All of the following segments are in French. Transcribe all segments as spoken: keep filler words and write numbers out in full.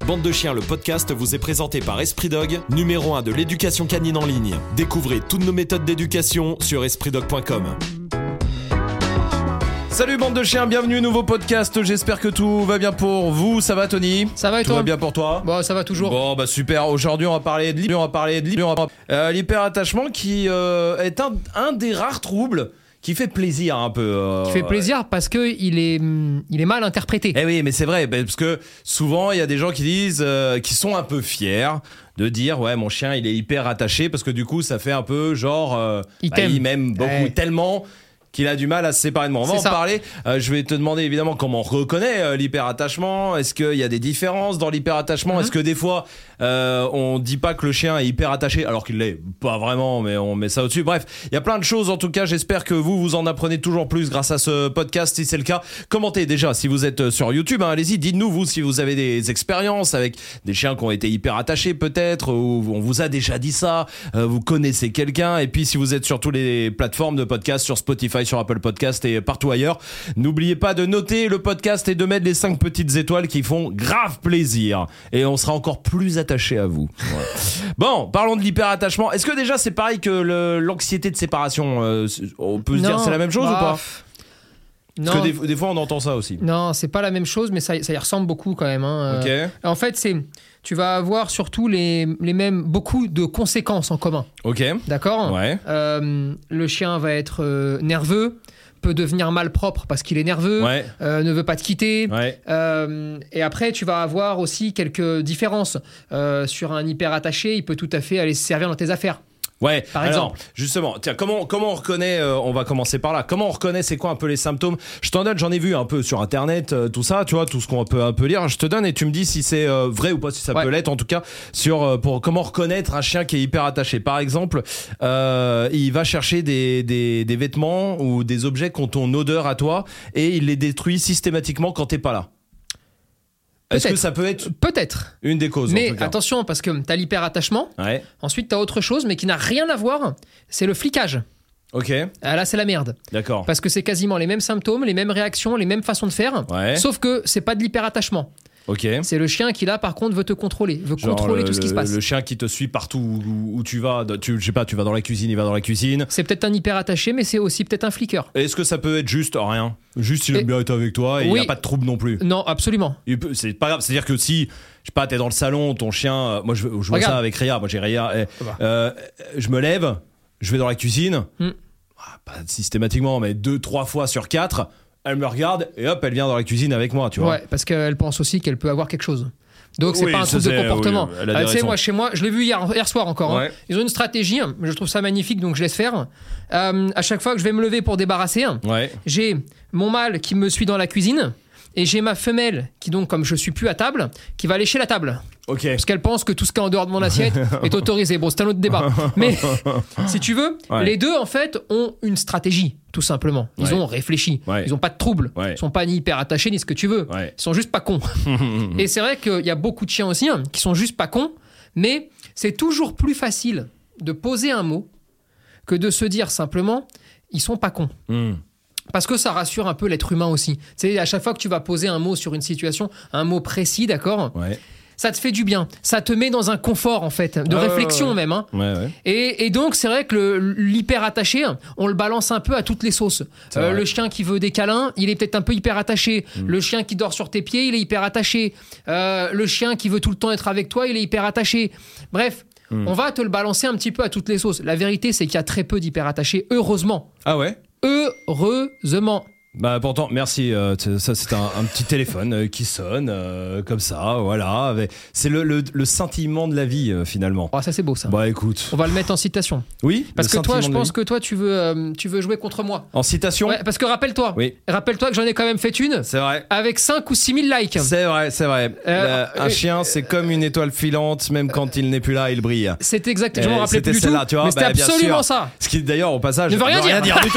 Bande de chiens, le podcast vous est présenté par Esprit Dog, numéro un de l'éducation canine en ligne. Découvrez toutes nos méthodes d'éducation sur esprit dog point com. Salut bande de chiens, bienvenue, nouveau podcast, j'espère que tout va bien pour vous, ça va Tony? Ça va et tout toi? Tout va bien pour toi? Bon, ça va toujours. Bon bah super, aujourd'hui on va parler de l'hyper, on va parler de l'hyper, euh, l'hyperattachement qui euh, est un, un des rares troubles qui fait plaisir un peu. Euh, qui fait plaisir parce que il est, il est mal interprété. Eh oui, mais c'est vrai, parce que souvent il y a des gens qui disent, euh, qui sont un peu fiers de dire ouais mon chien il est hyper attaché parce que du coup ça fait un peu genre euh, il bah, t'aime, il m'aime beaucoup ouais. tellement qu'il a du mal à se séparer de moi. On va c'est en ça. parler. Euh, je vais te demander évidemment comment on reconnaît euh, l'hyperattachement. Est-ce qu'il y a des différences dans l'hyperattachement? mm-hmm. Est-ce que des fois euh, on dit pas que le chien est hyper attaché alors qu'il l'est pas vraiment, mais on met ça au-dessus. Bref, il y a plein de choses. En tout cas, j'espère que vous vous en apprenez toujours plus grâce à ce podcast. Si c'est le cas, commentez déjà si vous êtes sur YouTube. Hein, allez-y, dites-nous vous si vous avez des expériences avec des chiens qui ont été hyper attachés peut-être, ou on vous a déjà dit ça. Euh, vous connaissez quelqu'un. Et puis si vous êtes sur toutes les plateformes de podcast, sur Spotify, sur Apple Podcast et partout ailleurs, n'oubliez pas de noter le podcast et de mettre les cinq petites étoiles qui font grave plaisir. Et on sera encore plus attaché à vous. Ouais. Bon, parlons de l'hyperattachement. Est-ce que déjà c'est pareil que le, l'anxiété de séparation? euh, On peut se non, dire c'est la même chose bah, ou pas? Non. Parce que des, des fois on entend ça aussi. Non, c'est pas la même chose, mais ça, ça y ressemble beaucoup quand même. Hein. Ok. Euh, en fait, c'est, tu vas avoir surtout les, les mêmes, beaucoup de conséquences en commun. Ok. D'accord. Ouais. Euh, le chien va être euh, nerveux, peut devenir malpropre parce qu'il est nerveux, Ouais. euh, ne veut pas te quitter. Ouais. Euh, et après, tu vas avoir aussi quelques différences. Euh, sur un hyper attaché, il peut tout à fait aller se servir dans tes affaires. Ouais, par alors, exemple. justement, tiens, comment, comment on reconnaît, euh, on va commencer par là, comment on reconnaît, c'est quoi un peu les symptômes? Je t'en donne, j'en ai vu un peu sur internet, euh, tout ça, tu vois, tout ce qu'on peut un peu lire, je te donne et tu me dis si c'est euh, vrai ou pas, si ça ouais. peut l'être en tout cas, sur euh, pour comment reconnaître un chien qui est hyper attaché. Par exemple, euh, il va chercher des, des, des vêtements ou des objets qui ont ton odeur à toi et il les détruit systématiquement quand t'es pas là. Est-ce Peut-être. que ça peut être Peut-être. une des causes? Mais en tout cas. attention, parce que tu as l'hyperattachement. Ouais. Ensuite, tu as autre chose, mais qui n'a rien à voir. C'est le flicage. Ok. Ah, là, c'est la merde. D'accord. Parce que c'est quasiment les mêmes symptômes, les mêmes réactions, les mêmes façons de faire. Ouais. Sauf que c'est pas de l'hyperattachement. Ok. C'est le chien qui, là, par contre, veut te contrôler. Veut Genre contrôler le, tout ce qui se passe. Le chien qui te suit partout où, où tu vas. Tu, je sais pas, tu vas dans la cuisine, il va dans la cuisine. C'est peut-être un hyperattaché, mais c'est aussi peut-être un fliqueur. Est-ce que ça peut être juste rien? Juste il aime Et- bien être avec toi et il Oui. n'y a pas de trouble non plus. Non, absolument. Il peut- c'est pas grave, c'est-à-dire que si, je sais pas, t'es dans le salon, ton chien. euh, Moi je, je vois Regarde. ça avec Réa. Moi j'ai Réa. eh, Ça va. euh, je me lève, je vais dans la cuisine. Hmm. Ah, pas systématiquement, mais deux, trois fois sur quatre. Elle me regarde et hop, elle vient dans la cuisine avec moi, tu vois. Ouais, parce qu'elle pense aussi qu'elle peut avoir quelque chose. Donc c'est Oui, pas un ça, truc de c'est- comportement. oui, elle a des Euh, tu sais, raisons. moi chez moi, je l'ai vu hier, hier soir encore. hein. Ouais. Ils ont une stratégie, hein, je trouve ça magnifique, donc je laisse faire. Euh, à chaque fois que je vais me lever pour débarrasser, Ouais. j'ai mon mâle qui me suit dans la cuisine et j'ai ma femelle qui, donc comme je suis plus à table, qui va lécher la table. Ok. Parce qu'elle pense que tout ce qui est en dehors de mon assiette est autorisé. Bon, c'est un autre débat. Mais si tu veux, Ouais. les deux en fait ont une stratégie, tout simplement. Ils Ouais. ont réfléchi. Ouais. Ils ont pas de trouble. Ouais. Ils sont pas ni hyper attachés ni ce que tu veux. Ouais. Ils sont juste pas cons. Et c'est vrai qu'il y a beaucoup de chiens aussi hein, qui sont juste pas cons, mais c'est toujours plus facile de poser un mot que de se dire simplement ils sont pas cons. Hmm. Parce que ça rassure un peu l'être humain aussi. Tu sais, à chaque fois que tu vas poser un mot sur une situation, un mot précis, d'accord, Ouais. ça te fait du bien. Ça te met dans un confort, en fait, de Ah, réflexion ouais, ouais. même. Hein. Ouais, ouais. Et, et donc, c'est vrai que le- l'hyper attaché, on le balance un peu à toutes les sauces. C'est Euh, vrai. le chien qui veut des câlins, il est peut-être un peu hyper attaché. Mm. Le chien qui dort sur tes pieds, il est hyper attaché. Euh, le chien qui veut tout le temps être avec toi, il est hyper attaché. Bref, Mm. on va te le balancer un petit peu à toutes les sauces. La vérité, c'est qu'il y a très peu d'hyper attachés, heureusement. Ah ouais. Heureusement. Bah pourtant, merci. euh, t- ça c'est un, un petit téléphone euh, qui sonne euh, comme ça, voilà. avec- C'est le, le, le scintillement de la vie euh, finalement. Oh, ça, c'est beau, ça. Bah écoute. On va le mettre en citation. Oui. Parce le que toi, je scintillement de pense la vie. que toi, tu veux, euh, tu veux jouer contre moi. En citation. Ouais, parce que rappelle-toi, Oui. rappelle-toi que j'en ai quand même fait une C'est vrai. avec cinq ou six mille likes. C'est vrai, c'est vrai. Euh, La- un euh, chien, c'est comme une étoile filante, même quand il n'est plus là, il brille. C'est exact, je Eh, m'en rappelais c'était plus du tout. celle-là, tu vois, mais c'était bah, bien absolument sûr. ça. Ce qui d'ailleurs au passage Ne veut rien dire. du tout.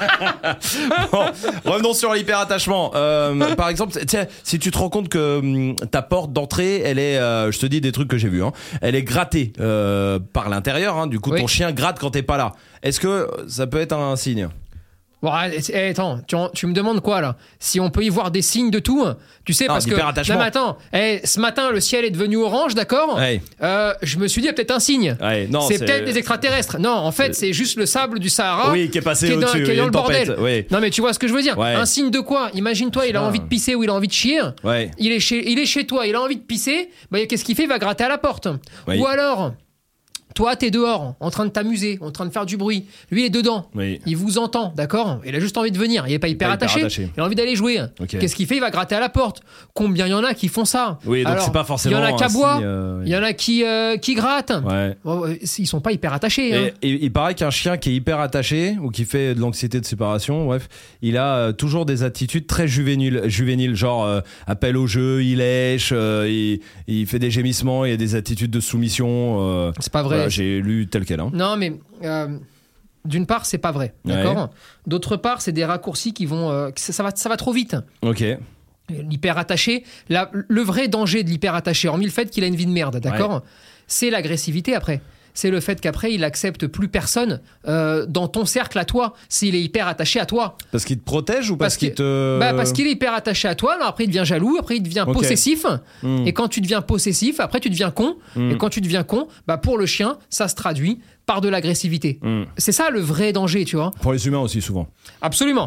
Bon, revenons sur l'hyperattachement. Euh, par exemple, tiens, si tu te rends compte que hum, ta porte d'entrée, elle est, euh, je te dis des trucs que j'ai vus, hein, elle est grattée euh, par l'intérieur. Hein, du coup, Oui. ton chien gratte quand t'es pas là. Est-ce que ça peut être un signe? Bon, eh, attends, tu, tu me demandes quoi là? Si on peut y voir des signes de tout, tu sais, Ah, parce que. d'hyperattachement. Non, mais attends, eh, ce matin, le ciel est devenu orange, d'accord? Ouais. Euh, je me suis dit, il y a peut-être un signe. Ouais, non, c'est c'est- peut-être des extraterrestres. Non, en fait, c'est juste le sable du Sahara. Oui, qui est passé qui est dans, au-dessus, qui est il y a dans une le bordel. tempête, oui. Non, mais tu vois ce que je veux dire? Ouais. Un signe de quoi? Imagine-toi, il a Ah. envie de pisser ou il a envie de chier. Ouais. Il est chez, il est chez toi, il a envie de pisser. Bah, qu'est-ce qu'il fait? Il va gratter à la porte. Oui. Ou alors. Toi, t'es dehors, en train de t'amuser, en train de faire du bruit. Lui, il est dedans. Oui. Il vous entend, d'accord? Il a juste envie de venir. Il est pas hyper pas hyper attaché. attaché. Il a envie d'aller jouer. Ok. Qu'est-ce qu'il fait? Il va gratter à la porte. Combien il y en a qui font ça? Oui, donc Alors, c'est pas forcément Il y en a qui un aboient. signe, euh, oui. Il y en a qui, euh, qui grattent. Ouais. Oh, ils sont pas hyper attachés. hein. Et, et il paraît qu'un chien qui est hyper attaché ou qui fait de l'anxiété de séparation, bref, il a euh, toujours des attitudes très juvéniles, juvéniles genre euh, appel au jeu, il lèche, euh, il, il fait des gémissements, il y a des attitudes de soumission. euh, C'est pas vrai. voilà, j'ai lu tel quel. Hein. Non, mais euh, d'une part, c'est pas vrai, d'accord. Ouais. D'autre part, c'est des raccourcis qui vont, euh, ça, ça va, ça va trop vite. Ok. L'hyper attaché, la- le vrai danger de l'hyper attaché, hormis le fait qu'il a une vie de merde, d'accord, Ouais. c'est l'agressivité après. C'est le fait qu'après, il accepte plus personne euh, dans ton cercle à toi, s'il est hyper attaché à toi. Parce qu'il te protège ou parce, Parce que- qu'il te. Bah, parce qu'il est hyper attaché à toi, alors après il devient jaloux, après il devient Ok. possessif. Hmm. Et quand tu deviens possessif, après tu deviens con. Mm. Et quand tu deviens con, bah pour le chien, ça se traduit par de l'agressivité. Hmm. C'est ça le vrai danger, tu vois. Pour les humains aussi souvent. Absolument.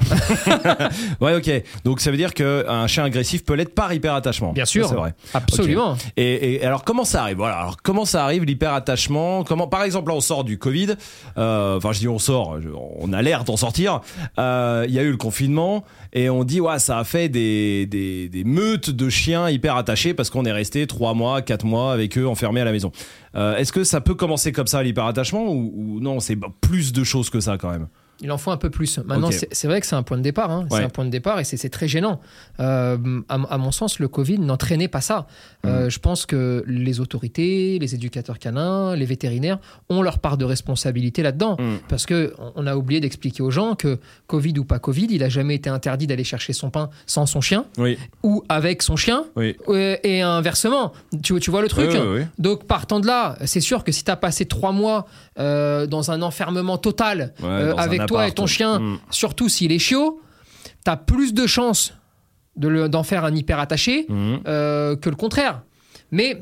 Ouais, ok. Donc ça veut dire qu'un chien agressif peut l'être par hyperattachement. Bien sûr. Ça, c'est vrai. Absolument. Ok. Et, et alors comment ça arrive? Voilà. Alors comment ça arrive l'hyperattachement? Comment, par exemple, là on sort du Covid. euh, Enfin, je dis on sort. je- On a l'air d'en sortir. Euh, Il y a eu le confinement et on dit ouais, ça a fait des des, des meutes de chiens hyper attachés parce qu'on est resté trois mois, quatre mois avec eux enfermés à la maison. Euh, Est-ce que ça peut commencer comme ça l'hyperattachement ou, ou non? C'est plus de choses que ça quand même. Il en faut un peu plus. Maintenant, Ok. c'est, c'est vrai que c'est un point de départ. hein. Ouais. C'est un point de départ et c'est, c'est très gênant. Euh, à, à mon sens, le Covid n'entraînait pas ça. Euh, je pense que les autorités, les éducateurs canins, les vétérinaires ont leur part de responsabilité là-dedans. Mm. Parce que on a oublié d'expliquer aux gens que Covid ou pas Covid, il a jamais été interdit d'aller chercher son pain sans son chien Oui. ou avec son chien. Oui. Euh, et inversement, tu, tu vois le truc. Oui, oui, oui. Donc partant de là, c'est sûr que si tu as passé trois mois euh, dans un enfermement total Ouais, euh, dans un avec toi appart, et ton ouais. chien, Mm. surtout s'il est chiot, tu as plus de chances de le- d'en faire un hyper attaché Mhm. euh, que le contraire. Mais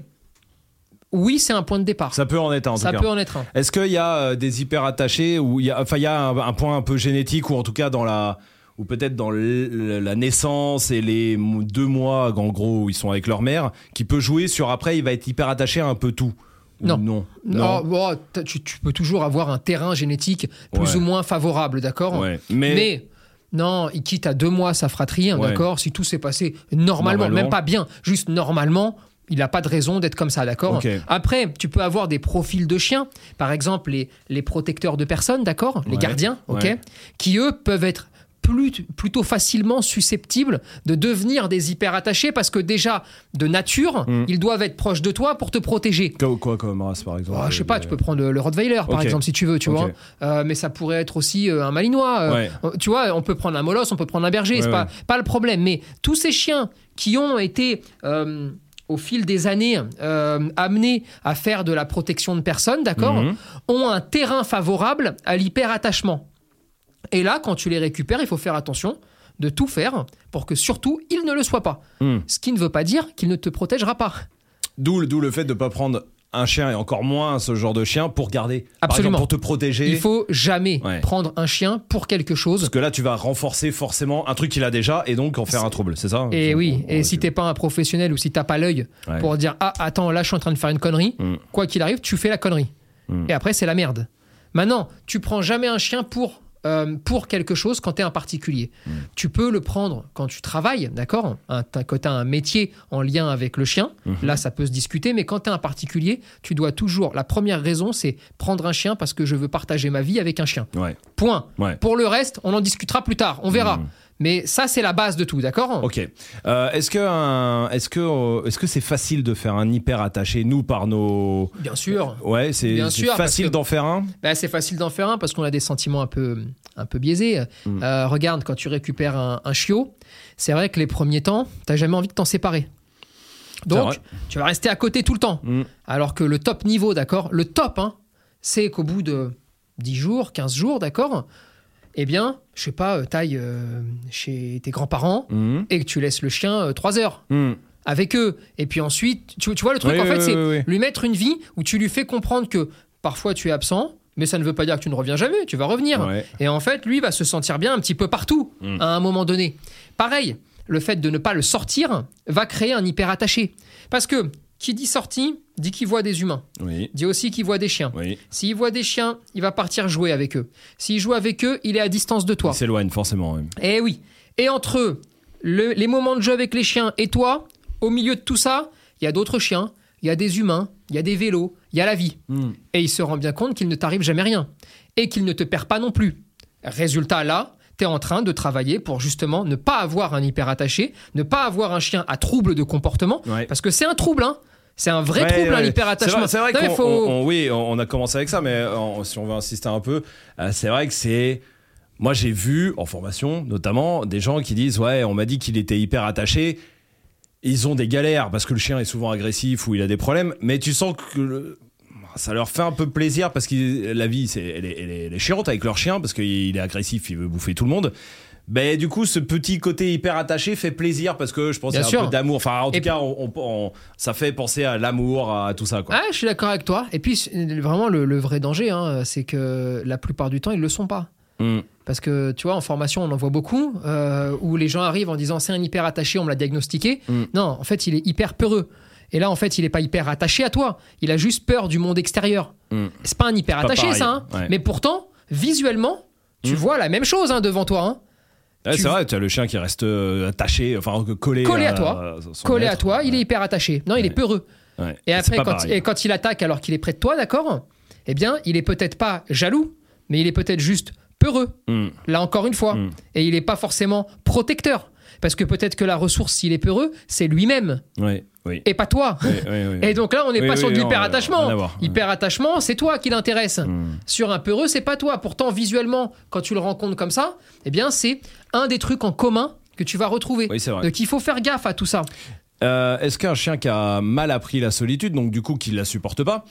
oui, c'est un point de départ. Ça peut en être un en Ça tout peut cas. en être un. Est-ce qu'il y a euh, des hyper attachés ou il y a, enfin il y a un, un point un peu génétique ou en tout cas dans la ou peut-être dans l- la naissance et les mo- deux mois en gros où ils sont avec leur mère qui peut jouer sur après il va être hyper attaché à un peu tout. Ou Non. non. Non, bon, t'as- tu, tu peux toujours avoir un terrain génétique plus Ouais. ou moins favorable, d'accord. Ouais. Mais, Mais non, il quitte à deux mois sa fratrie, hein, Ouais. d'accord. Si tout s'est passé normalement, Normalement. même pas bien, juste normalement, il n'a pas de raison d'être comme ça, d'accord. Ok. Après, tu peux avoir des profils de chiens, par exemple les, les protecteurs de personnes, d'accord, les Ouais. gardiens, ok, Ouais. qui eux peuvent être plus, plutôt facilement susceptibles de devenir des hyper attachés parce que déjà de nature, Mm. ils doivent être proches de toi pour te protéger. quoi, quoi comme race par exemple? Oh, je sais pas, euh, tu peux prendre le, le Rottweiler par Ok. exemple si tu veux, tu Ok. vois. Euh, mais ça pourrait être aussi euh, un Malinois. euh, Ouais. euh, Tu vois, on peut prendre un Molosse, on peut prendre un Berger, Ouais, c'est pas, ouais. pas le problème. Mais tous ces chiens qui ont été euh, au fil des années euh, amenés à faire de la protection de personnes, d'accord, Mhm. ont un terrain favorable à l'hyper-attachement. Et là, quand tu les récupères, il faut faire attention de tout faire pour que surtout ils ne le soient pas. Hmm. Ce qui ne veut pas dire qu'il ne te protégera pas. D'où le- d'où le fait de pas prendre un chien et encore moins ce genre de chien pour garder. Par Absolument. exemple, pour te protéger. Il faut jamais Ouais. prendre un chien pour quelque chose. Parce que là, tu vas renforcer forcément un truc qu'il a déjà et donc en faire un trouble, c'est ça? Et C'est- oui, on- et on- si t'es pas un professionnel ou si t'as pas l'œil Ouais. pour dire ah attends là je suis en train de faire une connerie, Mm. quoi qu'il arrive tu fais la connerie. Mm. Et après c'est la merde. Maintenant tu prends jamais un chien pour euh, pour quelque chose quand tu es un particulier. Mm. Tu peux le prendre quand tu travailles, d'accord, un, t'as- quand tu as un métier en lien avec le chien, Mhm. là ça peut se discuter, mais quand tu es un particulier, tu dois toujours, la première raison c'est prendre un chien parce que je veux partager ma vie avec un chien. Ouais. Point. Ouais. Pour le reste, on en discutera plus tard, on verra. Mm. Mais ça c'est la base de tout, d'accord. Ok. Euh, est-ce que un, est-ce que euh, est-ce que c'est facile de faire un hyper attaché nous par nos Bien sûr. ouais c'est, Bien c'est sûr, parce facile que- d'en faire un. Bah, c'est facile d'en faire un parce qu'on a des sentiments un peu, un peu biaisés. Mm. Euh, regarde, quand tu récupères un, un chiot, c'est vrai que les premiers temps, t'as jamais envie de t'en séparer. C'est Donc, vrai. tu vas rester à côté tout le temps. Mm. Alors que le top niveau, d'accord, le top, hein, c'est qu'au bout de dix jours, quinze jours, d'accord, eh bien, je sais pas, euh, t'ailles euh, chez tes grands-parents Mmh. et que tu laisses le chien euh, trois heures Mmh. avec eux. Et puis ensuite, tu, tu vois, le truc, Oui, en oui, fait, oui, c'est oui, oui. lui mettre une vie où tu lui fais comprendre que parfois tu es absent, mais ça ne veut pas dire que tu ne reviens jamais, tu vas revenir. Ouais. Et en fait, lui va se sentir bien un petit peu partout, Mm. à un moment donné. Pareil, le fait de ne pas le sortir va créer un hyper-attaché. Parce que qui dit sortie, dit qu'il voit des humains. Oui. Dit aussi qu'il voit des chiens. Oui. S'il voit des chiens, il va partir jouer avec eux. S'il joue avec eux, il est à distance de toi. Il s'éloigne forcément. Oui. Eh oui. Et entre le- les moments de jeu avec les chiens et toi, au milieu de tout ça, il y a d'autres chiens, il y a des humains, il y a des vélos, il y a la vie. Mm. Et il se rend bien compte qu'il ne t'arrive jamais rien. Et qu'il ne te perd pas non plus. Résultat, là, tu es en train de travailler pour justement ne pas avoir un hyper-attaché, ne pas avoir un chien à trouble de comportement. Ouais. Parce que c'est un trouble, hein. C'est un vrai Ouais, trouble, ouais. un hyper-attachement. C'est vrai, c'est vrai Non, mais qu'on faut- on- on- oui, on on a commencé avec ça, mais euh, si on veut insister un peu, euh, c'est vrai que c'est. Moi, j'ai vu en formation, notamment, des gens qui disent ouais, on m'a dit qu'il était hyper attaché. Ils ont des galères parce que le chien est souvent agressif ou il a des problèmes, mais tu sens que le- ça leur fait un peu plaisir parce que la vie, c'est, elle, est, elle est- elle est chiante avec leur chien parce qu'il est agressif, il veut bouffer tout le monde. Ben, du coup, ce petit côté hyper attaché fait plaisir parce que je pense Bien qu'il y a un sûr. peu d'amour. Enfin, en tout Et cas, on, on- on- ça fait penser à l'amour, à tout ça. Quoi. Ah, je suis d'accord avec toi. Et puis, c'est- vraiment, le, le vrai danger, hein, c'est que la plupart du temps, ils ne le sont pas. Mm. Parce que, tu vois, en formation, on en voit beaucoup, euh, où les gens arrivent en disant c'est un hyper attaché, on me l'a diagnostiqué. Mm. Non, en fait, il est hyper peureux. Et là, en fait, il n'est pas hyper attaché à toi. Il a juste peur du monde extérieur. Mm. C'est pas un hyper C'est pas attaché, pareil. ça. hein. Ouais. Mais pourtant, visuellement, tu Mm. vois la même chose hein, devant toi. hein. Ouais, Tu- c'est vrai, tu as le chien qui reste euh, attaché, enfin collé, Collé à toi. son Collé à maître. toi, il est Ouais. hyper attaché. Non, il Ouais. est peureux. Ouais. Et C'est après, pas quand, pareil. et quand il attaque alors qu'il est près de toi, d'accord, eh bien, il est peut-être pas jaloux, mais il est peut-être juste peureux. Mm. Là encore une fois. Mm. Et il n'est pas forcément protecteur. Parce que peut-être que la ressource, s'il est peureux, c'est lui-même Ouais, oui. et pas toi. Oui, oui, oui. Et donc là, on n'est Oui, pas oui, sur de non, rien à l'hyperattachement. voir. Hyperattachement, c'est toi qui l'intéresse. Mm. Sur un peureux, c'est pas toi. Pourtant, visuellement, quand tu le rencontres comme ça, eh bien, c'est un des trucs en commun que tu vas retrouver. Oui, c'est vrai. Donc il faut faire gaffe à tout ça. Euh, est-ce qu'un chien qui a mal appris la solitude, donc du coup qui la supporte pas,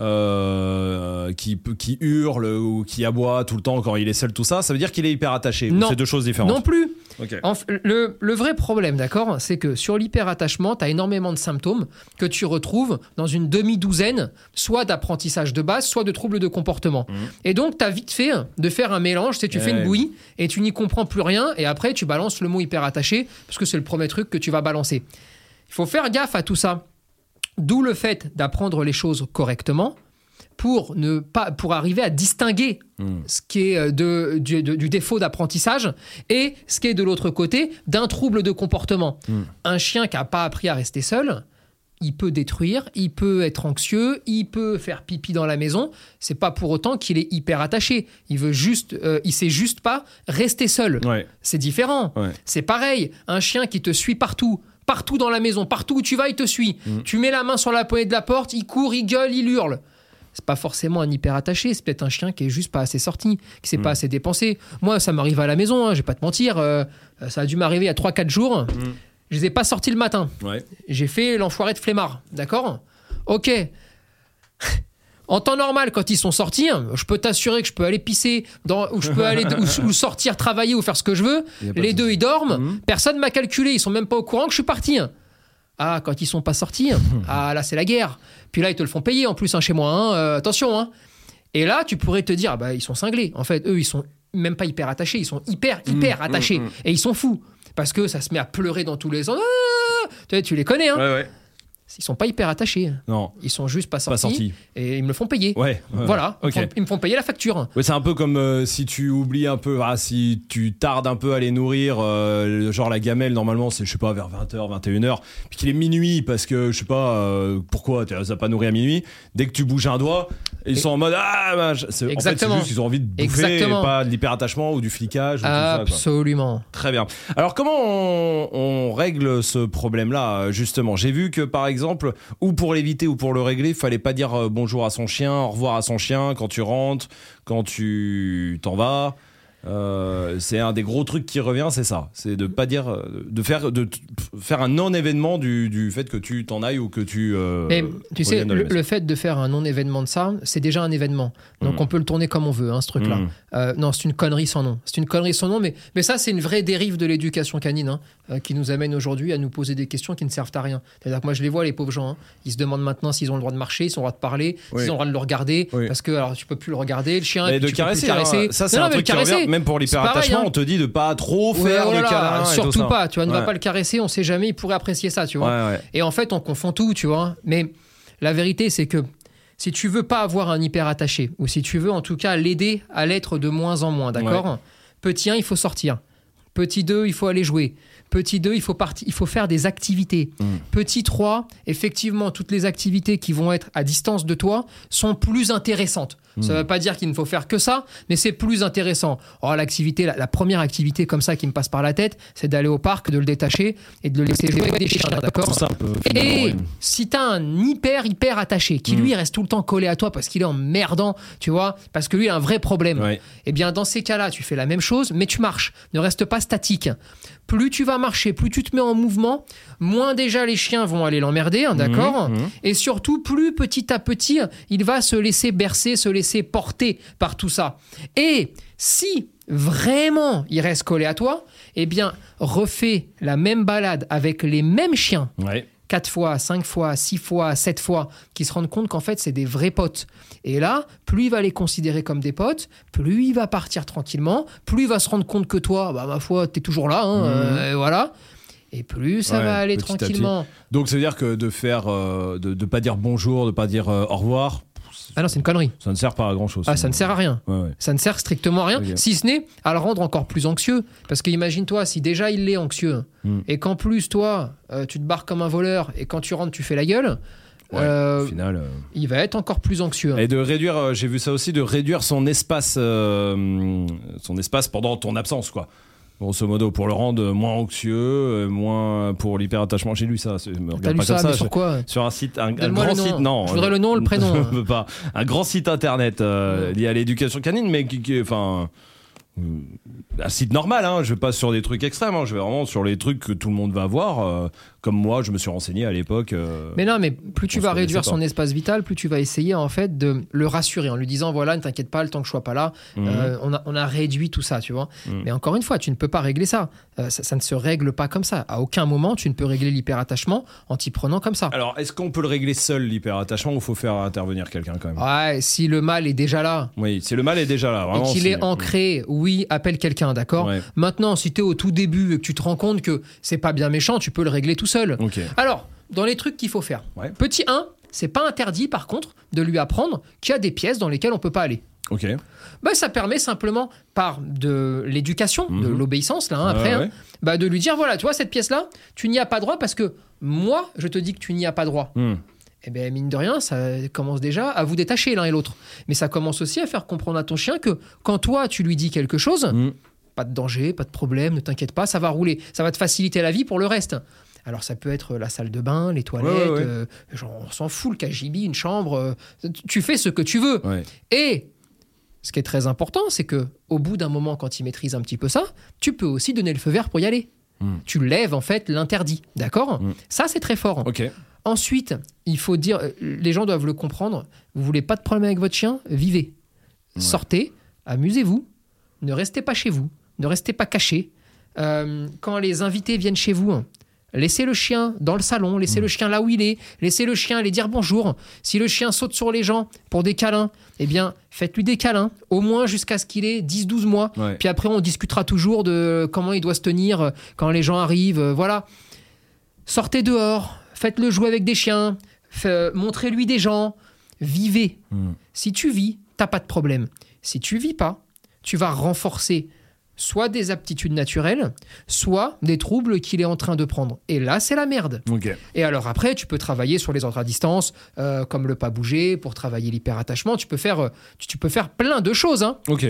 euh, qui, peut- qui hurle ou qui aboie tout le temps quand il est seul, tout ça, ça veut dire qu'il est hyper attaché. Ou Non. c'est deux choses différentes. Non plus. Ok. En f- le, le vrai problème, d'accord, c'est que sur l'hyperattachement, tu as énormément de symptômes que tu retrouves dans une demi-douzaine, soit d'apprentissage de base, soit de troubles de comportement. Mhm. Et donc, tu as vite fait de faire un mélange, tu sais, tu fais Ouais. une bouillie et tu n'y comprends plus rien, et après, tu balances le mot hyperattaché, parce que c'est le premier truc que tu vas balancer. Il faut faire gaffe à tout ça. D'où le fait d'apprendre les choses correctement pour, ne pas, pour arriver à distinguer Mm. ce qui est euh, de, du, de- du défaut d'apprentissage et ce qui est de l'autre côté d'un trouble de comportement. Mm. Un chien qui n'a pas appris à rester seul, il peut détruire, il peut être anxieux, il peut faire pipi dans la maison. C'est pas pour autant qu'il est hyper attaché. Il veut juste, euh, il sait juste pas rester seul. Ouais. C'est différent. Ouais. C'est pareil. Un chien qui te suit partout, partout dans la maison, partout où tu vas, il te suit. Mm. Tu mets la main sur la poignée de la porte, il court, il gueule, il hurle. C'est pas forcément un hyper attaché, c'est peut-être un chien qui est juste pas assez sorti, qui s'est Mm. pas assez dépensé. Moi, ça m'arrive à la maison, hein, je vais pas te mentir. euh, ça a dû m'arriver il y a trois quatre jours. Mm. Je les ai pas sortis le matin. Ouais. J'ai fait l'enfoiré de flemmard, d'accord ? Ok. En temps normal, quand ils sont sortis, je peux t'assurer que je peux aller pisser, dans, ou je peux aller ou, ou sortir travailler ou faire ce que je veux. Y a pas Les de deux, souci. ils dorment. Mhm. Personne m'a calculé. Ils sont même pas au courant que je suis parti. Ah, quand ils sont pas sortis, ah là, c'est la guerre. Puis là, ils te le font payer en plus hein, chez moi. Hein, euh, attention. Hein. Et là, tu pourrais te dire, bah, ils sont cinglés. En fait, eux, ils sont même pas hyper attachés. Ils sont hyper, hyper Mhm, attachés. mhm. Et ils sont fous. Parce que ça se met à pleurer dans tous les sens. Ah tu, sais, tu les connais. Hein. Ouais, ouais. Ils sont pas hyper attachés. Non, Ils sont juste pas pas sortis. sorti. Et ils me le font payer. Ouais. ouais, Voilà. ouais. Ils, me Ok. font, ils me font payer la facture. Ouais, c'est un peu comme euh, si tu oublies un peu, ah, si tu tardes un peu à les nourrir, euh, genre la gamelle, normalement, c'est, je sais pas, vers vingt heures, vingt et une heures, puis qu'il est minuit, parce que, je sais pas, euh, pourquoi, tu les as pas nourris à minuit, dès que tu bouges un doigt, ils Et- sont en mode, ah, bah, je- c'est, en fait, c'est Exactement. juste qu'ils ont envie de bouffer, Exactement. et pas de l'hyperattachement ou du flicage, ou tout ça, quoi. Absolument. Très bien. Alors comment on, on règle ce problème-là euh, justement ? J'ai vu que par exemple, ou pour l'éviter ou pour le régler, il fallait pas dire euh, bonjour à son chien, au revoir à son chien quand tu rentres, quand tu t'en vas. Euh, c'est un des gros trucs qui revient, c'est ça. C'est de pas dire, de faire, de t- faire un non-événement du, du fait que tu t'en ailles ou que tu. Euh, Mais tu sais, reviennes de la le, maison. le fait de faire un non-événement de ça, c'est déjà un événement. Donc Mm. on peut le tourner comme on veut, hein, ce truc-là. Mm. Euh, non, c'est une connerie sans nom. C'est une connerie sans nom, mais, mais ça, c'est une vraie dérive de l'éducation canine hein, euh, qui nous amène aujourd'hui à nous poser des questions qui ne servent à rien. C'est-à-dire que moi, je les vois, les pauvres gens. Hein. Ils se demandent maintenant s'ils ont le droit de marcher, s'ils ont le droit de parler, Oui. s'ils ont le droit de le regarder. Oui. Parce que alors, tu peux plus le regarder, le chien, Et et de puis tu caresser, peux plus le caresser. hein. Ça c'est Non, un non, mais truc le qui revient. caresser, Même pour c'est pareil, l'hyperattachement, hein. on te dit de pas trop Ouais, faire oh là de là, câlins. et tout surtout ça. pas, tu vois, ne Ouais. va pas le caresser, on sait jamais, il pourrait apprécier ça, tu vois. Ouais, ouais. Et en fait, on confond tout, tu vois. Mais la vérité, c'est que si tu veux pas avoir un hyper attaché, ou si tu veux en tout cas l'aider à l'être de moins en moins, d'accord Ouais. Petit un, il faut sortir. Petit deux, il faut aller jouer. Petit deux, il faut, parti- il faut faire des activités. Mm. Petit trois, effectivement, toutes les activités qui vont être à distance de toi sont plus intéressantes. Ça ne veut pas dire qu'il ne faut faire que ça, mais c'est plus intéressant. Oh, l'activité, la, la première activité comme ça qui me passe par la tête, c'est d'aller au parc, de le détacher et de le laisser jouer avec des chiens, d'accord Tout simple. finalement, et ouais. si t'as un hyper hyper attaché qui lui reste tout le temps collé à toi parce qu'il est emmerdant, tu vois, parce que lui a un vrai problème, Ouais. eh bien dans ces cas-là, tu fais la même chose, mais tu marches. Ne reste pas statique. Plus tu vas marcher, plus tu te mets en mouvement, moins déjà les chiens vont aller l'emmerder, hein, d'accord Mhm, mhm. Et surtout, plus petit à petit, il va se laisser bercer, se laisser porter par tout ça. Et si vraiment il reste collé à toi, eh bien refais la même balade avec les mêmes chiens Ouais. quatre fois, cinq fois, six fois, sept fois, qui se rendent compte qu'en fait, c'est des vrais potes. Et là, plus il va les considérer comme des potes, plus il va partir tranquillement, plus il va se rendre compte que toi, bah, ma foi, t'es toujours là, hein, euh, et voilà. Et plus ça Ouais, va aller petit à tranquillement. Donc ça veut dire que de faire, euh, de, de pas dire bonjour, de pas dire euh, au revoir, Ah non, c'est une connerie. ça ne sert pas à grand chose. Ah, ça ne sert à rien. Ouais, ouais. Ça ne sert strictement à rien, Ok. si ce n'est à le rendre encore plus anxieux. Parce que imagine-toi, si déjà il est anxieux, Mm. et qu'en plus, toi, euh, tu te barres comme un voleur, et quand tu rentres, tu fais la gueule, Ouais, euh, au final. euh, il va être encore plus anxieux. Et de réduire, euh, j'ai vu ça aussi, de réduire son espace, euh, son espace pendant ton absence, quoi. Grosso modo, pour le rendre moins anxieux, euh, moins pour l'hyperattachement. J'ai lu ça. c'est- Me T'as regarde lu pas ça, comme mais ça. sur je- quoi Sur un site, un, un Donne-moi grand le nom. site, non. Je voudrais le nom, le prénom. Je veux pas. Un grand site internet euh, Ouais. lié à l'éducation canine, mais qui, qui- enfin, euh, un site normal. Hein. Je vais pas sur des trucs extrêmes. Hein. Je vais vraiment sur les trucs que tout le monde va voir. euh, comme moi, je me suis renseigné à l'époque. euh, Mais non, mais plus tu on vas se réduire connaissait son pas. espace vital, plus tu vas essayer en fait de le rassurer en lui disant voilà, ne t'inquiète pas, le temps que je sois pas là, Mhm. euh, on, a, on a réduit tout ça, tu vois. Mhm. Mais encore une fois, tu ne peux pas régler ça. Euh, ça. Ça ne se règle pas comme ça. À aucun moment, tu ne peux régler l'hyperattachement en t'y prenant comme ça. Alors, est-ce qu'on peut le régler seul, l'hyperattachement, ou faut faire intervenir quelqu'un quand même Ouais, si le mal est déjà là Oui, si le mal est déjà là, vraiment. et qu'il si- est ancré, oui, appelle quelqu'un, d'accord. Ouais. Maintenant, si tu es au tout début et que tu te rends compte que c'est pas bien méchant, tu peux le régler tout seul. Ok. Alors, dans les trucs qu'il faut faire. Ouais. Petit un, c'est pas interdit par contre de lui apprendre qu'il y a des pièces dans lesquelles on peut pas aller. Ok. Bah, ça permet simplement, par de l'éducation, de Mhm. l'obéissance, là, hein, après, Ouais, hein, ouais. bah, de lui dire voilà, tu vois, cette pièce-là, tu n'y as pas droit parce que moi, je te dis que tu n'y as pas droit. Hmm. Eh bien, mine de rien, ça commence déjà à vous détacher l'un et l'autre. Mais ça commence aussi à faire comprendre à ton chien que quand toi, tu lui dis quelque chose, Hmm. pas de danger, pas de problème, ne t'inquiète pas, ça va rouler. Ça va te faciliter la vie pour le reste. Alors ça peut être la salle de bain, les toilettes, Ouais, ouais, ouais. euh, genre, on s'en fout, le K G B, une chambre, euh, tu fais ce que tu veux. Ouais. Et ce qui est très important, c'est que au bout d'un moment, quand il maîtrise un petit peu ça, tu peux aussi donner le feu vert pour y aller. Mm. Tu lèves en fait l'interdit, d'accord Mm. Ça, c'est très fort. Ok. Ensuite, il faut dire, euh, les gens doivent le comprendre, vous voulez pas de problème avec votre chien, vivez. Ouais. Sortez, amusez-vous, ne restez pas chez vous, ne restez pas cachés. Euh, quand les invités viennent chez vous, laissez le chien dans le salon, laissez Mm. le chien là où il est, laissez le chien aller dire bonjour. Si le chien saute sur les gens pour des câlins, eh bien, faites-lui des câlins, au moins jusqu'à ce qu'il ait dix douze mois. Ouais. Puis après, on discutera toujours de comment il doit se tenir quand les gens arrivent. euh, Voilà. Sortez dehors, faites-le jouer avec des chiens, fait- montrez-lui des gens, vivez. Hmm. Si tu vis, t'as pas de problème. Si tu vis pas, tu vas renforcer soit des aptitudes naturelles, soit des troubles qu'il est en train de prendre. Et là, c'est la merde. Ok. Et alors après, tu peux travailler sur les ordres à distance, euh, comme le pas bouger, pour travailler l'hyperattachement. Tu peux faire, euh, tu, tu peux faire plein de choses, hein. Ok.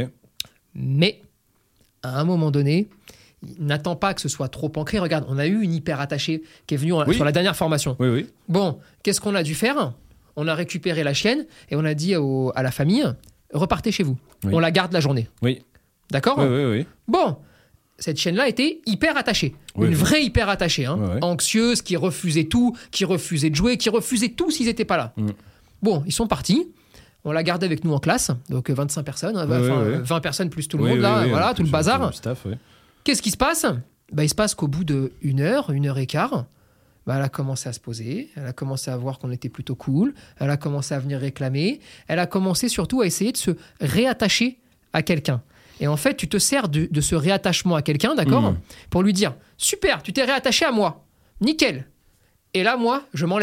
Mais à un moment donné, n'attends pas que ce soit trop ancré. Regarde, on a eu une hyperattachée qui est venue en- Oui. sur la dernière formation. Oui, oui. Bon, qu'est-ce qu'on a dû faire? On a récupéré la chienne et on a dit au- à la famille, repartez chez vous. Oui. On la garde la journée. Oui. D'accord ? Oui, oui, oui. Bon, cette chienne-là était hyper attachée. Oui, Une oui. vraie hyper attachée. Hein. Ouais, ouais. Anxieuse, qui refusait tout, qui refusait de jouer, qui refusait tout s'ils n'étaient pas là. Mm. Bon, ils sont partis. On l'a gardée avec nous en classe, donc vingt-cinq personnes, Oui, enfin oui, oui. vingt personnes plus tout le Oui, monde, oui, là, oui, voilà, en tout le plus, bazar. le staff, oui. Qu'est-ce qui se passe ? Bah, il se passe qu'au bout d'une heure, une heure et quart, bah, elle a commencé à se poser, elle a commencé à voir qu'on était plutôt cool, elle a commencé à venir réclamer, elle a commencé surtout à essayer de se réattacher à quelqu'un. Et en fait, tu te sers de, de ce réattachement à quelqu'un, d'accord, Mmh. pour lui dire « Super, tu t'es réattaché à moi, nickel. Et là, moi, je m'enlève. »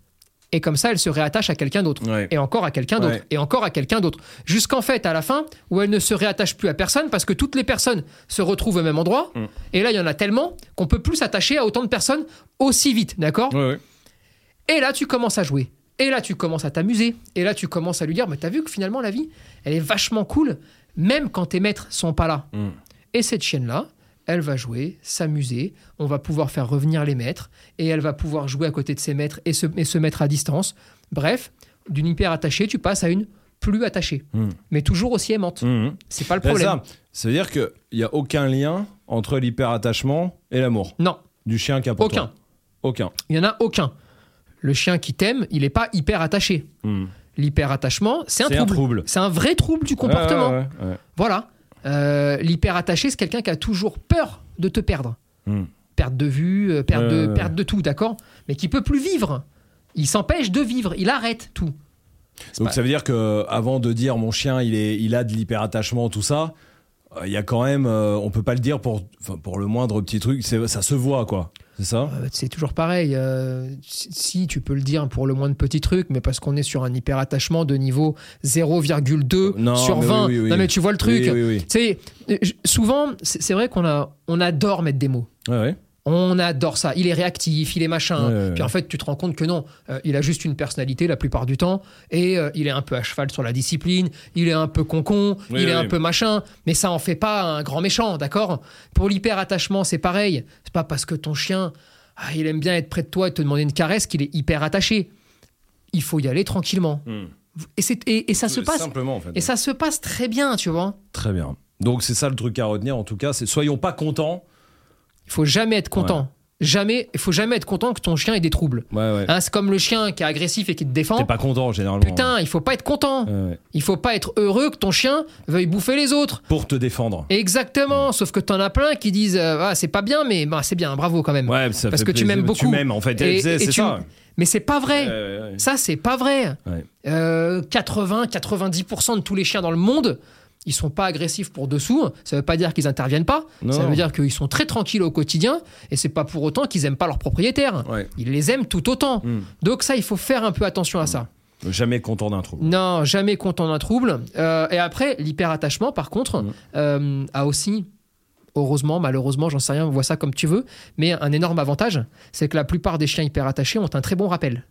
Et comme ça, elle se réattache à quelqu'un d'autre. Ouais. Et encore à quelqu'un d'autre. Ouais. Et encore à quelqu'un d'autre. Jusqu'en fait, à la fin, où elle ne se réattache plus à personne parce que toutes les personnes se retrouvent au même endroit. Mm. Et là, il y en a tellement qu'on peut plus s'attacher à autant de personnes aussi vite. D'accord ? Ouais, ouais. Et là, tu commences à jouer. Et là, tu commences à t'amuser. Et là, tu commences à lui dire, mais t'as vu que finalement, la vie, elle est vachement cool, même quand tes maîtres sont pas là. Mm. Et cette chienne-là, elle va jouer, s'amuser, on va pouvoir faire revenir les maîtres, et elle va pouvoir jouer à côté de ses maîtres et se, et se mettre à distance. Bref, d'une hyper attachée, tu passes à une plus attachée, Mm. mais toujours aussi aimante. Mm. C'est pas le Ben, problème. ça, ça veut dire qu'il n'y a aucun lien entre l'hyperattachement et l'amour Non, du chien qui a pour aucun. toi. Aucun. Il y en a aucun. Le chien qui t'aime, il n'est pas hyper attaché. Mm. L'hyperattachement, c'est un C'est un trouble. trouble. C'est un vrai trouble du comportement. Ouais, ouais, ouais. Voilà. Euh, l'hyperattaché, c'est quelqu'un qui a toujours peur de te perdre. Mm. Perte de vue, euh, perte, Ouais, de, ouais, perte de tout, d'accord ? Mais qui peut plus vivre. Il s'empêche de vivre. Il arrête tout. C'est Donc pas- ça veut dire que avant de dire mon chien il est il a de l'hyperattachement tout ça, euh, il y a quand même euh, on peut pas le dire pour enfin, pour le moindre petit truc, c'est ça se voit quoi. C'est ça ? Euh, c'est toujours pareil. euh, si si, tu peux le dire pour le moins de petits trucs, mais parce qu'on est sur un hyperattachement de niveau zéro virgule deux Non, sur mais vingt. oui, oui, oui. Non, mais tu vois le truc. Oui, oui, oui. Tu sais, euh, j- souvent, c'est c'est vrai qu'on a, on adore mettre des mots. Ouais, ouais. On adore ça. Il est réactif, il est machin. Ouais, ouais, Puis ouais. en fait, tu te rends compte que non. Euh, il a juste une personnalité la plupart du temps. Et euh, il est un peu à cheval sur la discipline. Il est un peu concon. Oui, il oui, est un oui. peu machin. Mais ça en fait pas un grand méchant, d'accord ? Pour l'hyper-attachement, c'est pareil. C'est pas parce que ton chien, ah, il aime bien être près de toi et te demander une caresse qu'il est hyper attaché. Il faut y aller tranquillement. Mm. Et, c'est- et- et ça se passe. Simplement en fait. Et ça se passe très bien, tu vois. Très bien. Donc c'est ça le truc à retenir en tout cas, c'est soyons pas contents. Il faut jamais être content. Jamais, il faut jamais être content que ton chien ait des troubles. Ouais ouais. Hein, c'est comme le chien qui est agressif et qui te défend. T'es pas content généralement. Putain, il faut pas être content. Ouais, ouais. Il faut pas être heureux que ton chien veuille bouffer les autres. Pour te défendre. Exactement. Sauf que t'en as plein qui disent euh, ah, c'est pas bien, mais bah, c'est bien, bravo quand même. Ouais, ça Parce fait que tu plaisir. m'aimes beaucoup. Tu m'aimes en fait, Et- c'est et c'est tu- ça. Mais c'est pas vrai. Ouais, ouais, ouais. Ça, c'est pas vrai. Ouais. Euh, quatre-vingts à quatre-vingt-dix pour cent de tous les chiens dans le monde, ils sont pas agressifs pour dessous. Ça veut pas dire qu'ils interviennent pas. Non. Ça veut dire qu'ils sont très tranquilles au quotidien. Et c'est pas pour autant qu'ils aiment pas leurs propriétaires. Ouais. Ils les aiment tout autant. Mm. Donc ça, il faut faire un peu attention à ça. Jamais content d'un trouble. Non, jamais content d'un trouble. Euh, et après, l'hyperattachement, par contre, Mm. euh, a aussi, heureusement, malheureusement, j'en sais rien, vois ça comme tu veux, mais un énorme avantage, c'est que la plupart des chiens hyperattachés ont un très bon rappel.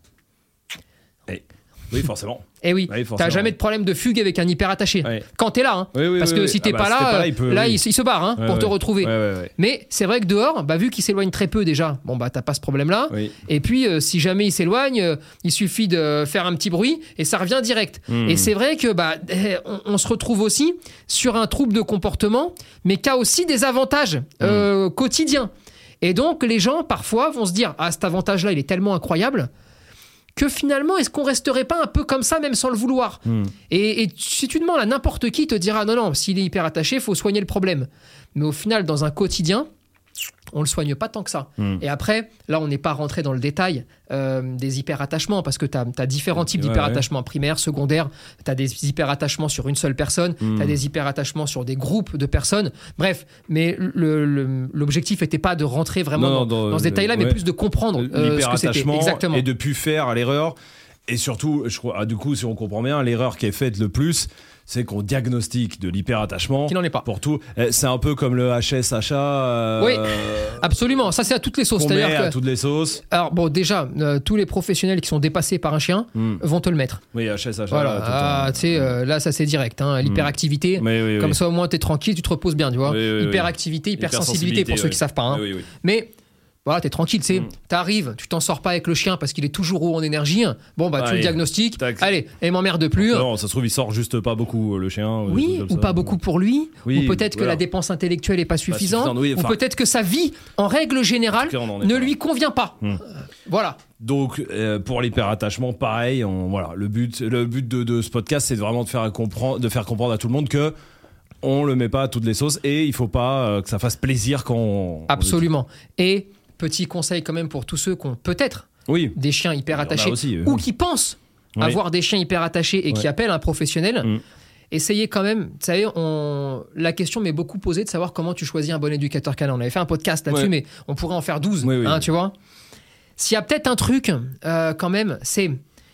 Oui, forcément. Eh oui, Oui, t'as forcément. jamais de problème de fugue avec un hyperattaché. Ouais. Quand t'es là, hein. Oui, oui, Parce oui, que oui. si t'es Ah bah, pas, si là, t'es pas là, euh, il peut- là, oui. il, s- il se barre hein, Ouais, pour ouais. te retrouver. Ouais, ouais, ouais. Mais c'est vrai que dehors, bah, vu qu'il s'éloigne très peu déjà, bon bah t'as pas ce problème-là. Oui. Et puis euh, si jamais il s'éloigne, euh, il suffit de faire un petit bruit et ça revient direct. Mm. Et c'est vrai que bah eh, on, on se retrouve aussi sur un trouble de comportement, mais qui a aussi des avantages euh, quotidiens. Et donc les gens parfois vont se dire ah cet avantage-là il est tellement incroyable que finalement est-ce qu'on resterait pas un peu comme ça même sans le vouloir. Mm. Et, et si tu demandes à n'importe qui, il te dira non, non, s'il est hyper attaché, il faut soigner le problème. Mais au final, dans un quotidien, on le soigne pas tant que ça. Mm. Et après, là, on n'est pas rentré dans le détail euh, des hyperattachements parce que tu as différents types Ouais, d'hyperattachements primaires, secondaires. Tu as des hyperattachements sur une seule personne, Mm. tu as des hyperattachements sur des groupes de personnes. Bref, mais le- le- l'objectif n'était pas de rentrer vraiment Non, dans, non, dans- dans ce détail-là, mais ouais. plus de comprendre euh, ce que c'était. L'hyperattachement Exactement. et de plus faire à l'erreur. Et surtout, je crois, ah, du coup, si on comprend bien, l'erreur qui est faite le plus, c'est qu'on diagnostique de l'hyperattachement. Qui n'en est pas. Pour tout. Eh, C'est un peu comme le H S H A. euh, Oui, absolument. Ça, c'est à toutes les sauces. Qu'on met C'est-à-dire à que- toutes les sauces. Alors bon, déjà, euh, tous les professionnels qui sont dépassés par un chien Mm. vont te le mettre. Oui, H S H A. Voilà, tout le ah, temps. tu sais, euh, là, ça c'est direct. Hein, l'hyperactivité, Mais oui, oui. comme ça au moins t'es tranquille, tu te reposes bien, tu vois. Oui, oui, oui. Hyperactivité, hypersensibilité pour Hypersensibilité, ceux ouais. qui savent pas. Hein. Oui, oui, oui. Mais Voilà, t'es tranquille, tu sais. Mm. T'arrives, tu t'en sors pas avec le chien parce qu'il est toujours haut en énergie. Bon, bah, tu Allez, le diagnostiques. tac. Allez, et m'emmerde plus. Non, ça se trouve, il sort juste pas beaucoup, le chien. Oui, ou pas beaucoup pour lui. Oui, ou peut-être voilà. que la dépense intellectuelle est pas suffisante. suffisante, oui, enfin- ou peut-être que sa vie, en règle générale, En tout cas, on en est ne pas. lui convient pas. Mm. Euh, voilà. Donc euh, pour l'hyperattachement, pareil. On, voilà, le but, le but de, de ce podcast, c'est vraiment de faire comprendre, de faire comprendre à tout le monde que on le met pas à toutes les sauces et il faut pas euh, que ça fasse plaisir quand on. Absolument. Et petit conseil quand même pour tous ceux qui ont peut-être On le dit. Oui. des chiens hyper Il y en a attachés aussi, euh. ou qui pensent Oui. avoir des chiens hyper attachés et qui Ouais. appellent un professionnel. Mm. Essayez quand même, vous savez, on... la question m'est beaucoup posée de savoir comment tu choisis un bon éducateur canin. On avait fait un podcast là-dessus, Ouais. mais on pourrait en faire douze, Oui, oui, hein, oui. tu vois. S'il y a peut-être un truc, euh, quand même, c'est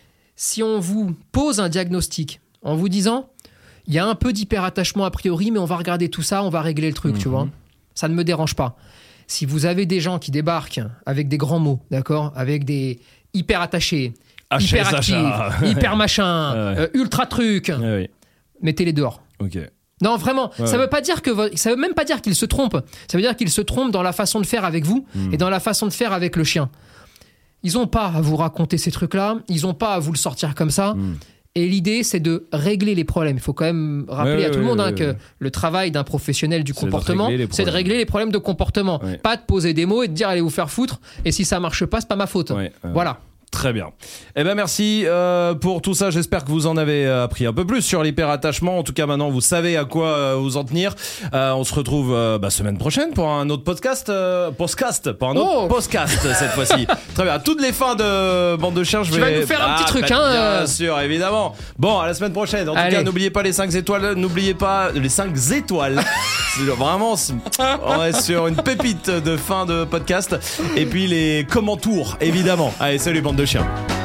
si on vous pose un diagnostic en vous disant, il y a un peu d'hyperattachement a priori, mais on va regarder tout ça, on va régler le truc, tu Mhm. vois. Ça ne me dérange pas. Si vous avez des gens qui débarquent avec des grands mots, d'accord, avec des hyper attachés, H S hyper H actifs, A. hyper machin, Ouais. euh, ultra truc, Ouais, oui. mettez-les dehors. Ok. Non, vraiment, Ouais. ça veut pas dire que vo- ça veut même pas dire qu'ils se trompent. Ça veut dire qu'ils se trompent dans la façon de faire avec vous Mm. et dans la façon de faire avec le chien. Ils ont pas à vous raconter ces trucs-là, ils ont pas à vous le sortir comme ça. Mm. Et l'idée, c'est de régler les problèmes. Il faut quand même rappeler Ouais, à tout ouais, le monde ouais, hein, ouais, que ouais. le travail d'un professionnel du C'est de comportement, régler les c'est de problèmes. régler les problèmes de comportement. Ouais. Pas de poser des mots et de dire allez vous faire foutre. Et si ça marche pas, c'est pas ma faute. Ouais, ouais. Voilà. Très bien. Eh ben merci euh, pour tout ça. J'espère que vous en avez euh, appris un peu plus sur l'hyperattachement. En tout cas, maintenant vous savez à quoi euh, vous en tenir. Euh, on se retrouve euh, bah, semaine prochaine pour un autre podcast, euh, podcast, pour un autre Oh podcast cette fois-ci. Très bien. À toutes les fins de bande de chiens, je Tu vais vas nous faire un Ah, petit truc, bah, hein, Bien euh. sûr, évidemment. Bon, à la semaine prochaine. En tout Allez. cas, n'oubliez pas les cinq étoiles. N'oubliez pas les cinq étoiles. C'est vraiment, c'est- on est sur une pépite de fin de podcast. Et puis les commentours, évidemment. Allez, salut bande de chiens.